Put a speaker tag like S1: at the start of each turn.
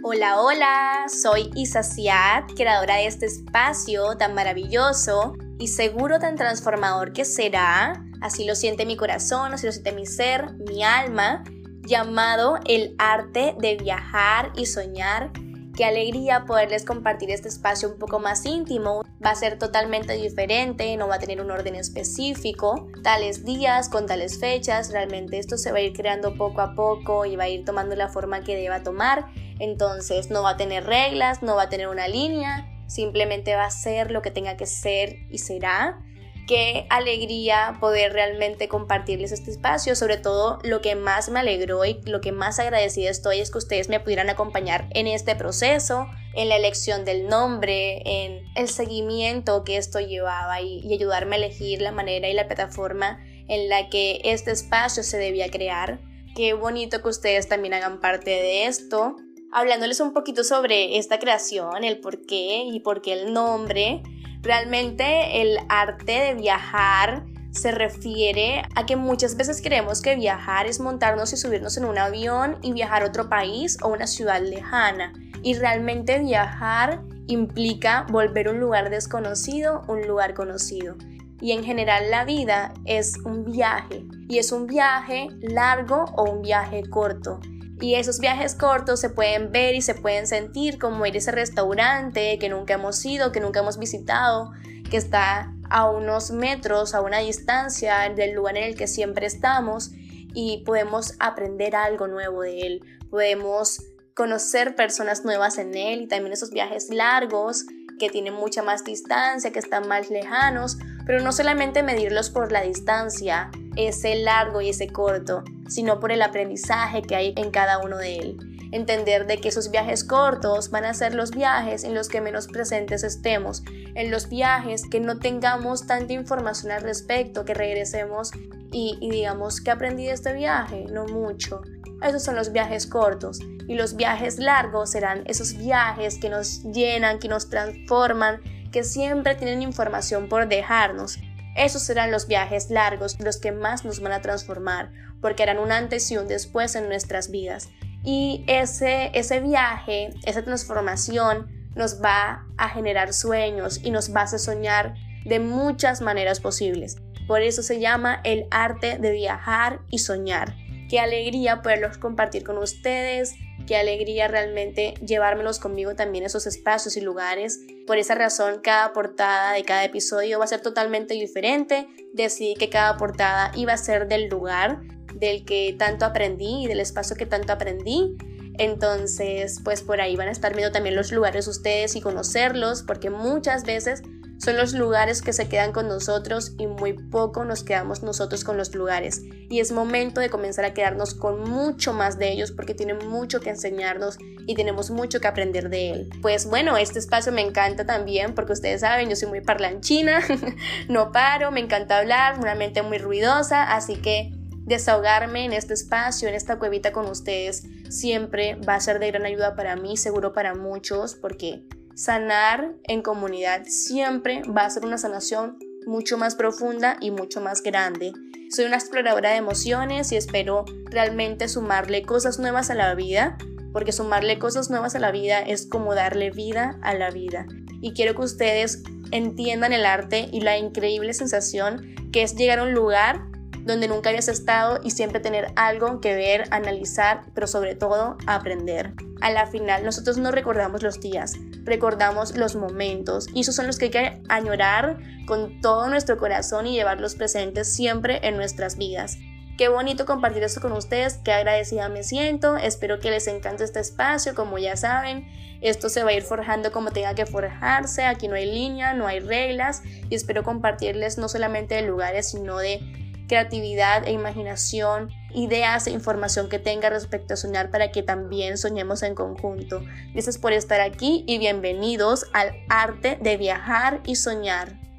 S1: Hola, hola, soy Isaciat, creadora de este espacio tan maravilloso y seguro tan transformador que será, así lo siente mi corazón, así lo siente mi ser, mi alma, llamado el arte de viajar y soñar. Qué alegría poderles compartir este espacio un poco más íntimo. Va a ser totalmente diferente, no va a tener un orden específico, tales días con tales fechas. Realmente esto se va a ir creando poco a poco y va a ir tomando la forma que deba tomar. Entonces no va a tener reglas, no va a tener una línea, simplemente va a ser lo que tenga que ser y será. Qué alegría poder realmente compartirles este espacio. Sobre todo lo que más me alegró y lo que más agradecida estoy es que ustedes me pudieran acompañar en este proceso, en la elección del nombre, en el seguimiento que esto llevaba y ayudarme a elegir la manera y la plataforma en la que este espacio se debía crear. Qué bonito que ustedes también hagan parte de esto. Hablándoles un poquito sobre esta creación, el por qué y por qué el nombre. Realmente el arte de viajar se refiere a que muchas veces creemos que viajar es montarnos y subirnos en un avión y viajar a otro país o una ciudad lejana. Y realmente viajar implica volver a un lugar desconocido, un lugar conocido. Y en general la vida es un viaje. Y es un viaje largo o un viaje corto. Y esos viajes cortos se pueden ver y se pueden sentir como ir a ese restaurante que nunca hemos ido, que nunca hemos visitado, que está a unos metros, a una distancia del lugar en el que siempre estamos y podemos aprender algo nuevo de él. Podemos conocer personas nuevas en él y también esos viajes largos que tienen mucha más distancia, que están más lejanos, pero no solamente medirlos por la distancia, ese largo y ese corto, sino por el aprendizaje que hay en cada uno de él. Entender de que esos viajes cortos van a ser los viajes en los que menos presentes estemos, en los viajes que no tengamos tanta información al respecto, que regresemos y digamos que aprendí de este viaje, no mucho. Esos son los viajes cortos y los viajes largos serán esos viajes que nos llenan, que nos transforman, que siempre tienen información por dejarnos. Esos serán los viajes largos, los que más nos van a transformar, porque harán un antes y un después en nuestras vidas. Y ese viaje, esa transformación nos va a generar sueños y nos va a hacer soñar de muchas maneras posibles. Por eso se llama el arte de viajar y soñar. Qué alegría poderlos compartir con ustedes, qué alegría realmente llevármelos conmigo también a esos espacios y lugares. Por esa razón, cada portada de cada episodio va a ser totalmente diferente. Decidí que cada portada iba a ser del lugar del que tanto aprendí y del espacio que tanto aprendí. Entonces, pues por ahí van a estar viendo también los lugares ustedes y conocerlos, porque muchas veces son los lugares que se quedan con nosotros y muy poco nos quedamos nosotros con los lugares. Y es momento de comenzar a quedarnos con mucho más de ellos porque tienen mucho que enseñarnos y tenemos mucho que aprender de él. Pues bueno, este espacio me encanta también porque ustedes saben, yo soy muy parlanchina, no paro, me encanta hablar, una mente muy ruidosa, así que desahogarme en este espacio, en esta cuevita con ustedes, siempre va a ser de gran ayuda para mí, seguro para muchos, porque sanar en comunidad siempre va a ser una sanación mucho más profunda y mucho más grande. Soy una exploradora de emociones y espero realmente sumarle cosas nuevas a la vida, porque sumarle cosas nuevas a la vida es como darle vida a la vida. Y quiero que ustedes entiendan el arte y la increíble sensación que es llegar a un lugar donde nunca habías estado y siempre tener algo que ver, analizar, pero sobre todo aprender. A la final nosotros no recordamos los días, recordamos los momentos y esos son los que hay que añorar con todo nuestro corazón y llevarlos presentes siempre en nuestras vidas. Qué bonito compartir esto con ustedes, qué agradecida me siento, espero que les encante este espacio, como ya saben, esto se va a ir forjando como tenga que forjarse, aquí no hay línea, no hay reglas y espero compartirles no solamente de lugares sino de creatividad e imaginación, ideas e información que tenga respecto a soñar para que también soñemos en conjunto. Gracias por estar aquí y bienvenidos al arte de viajar y soñar.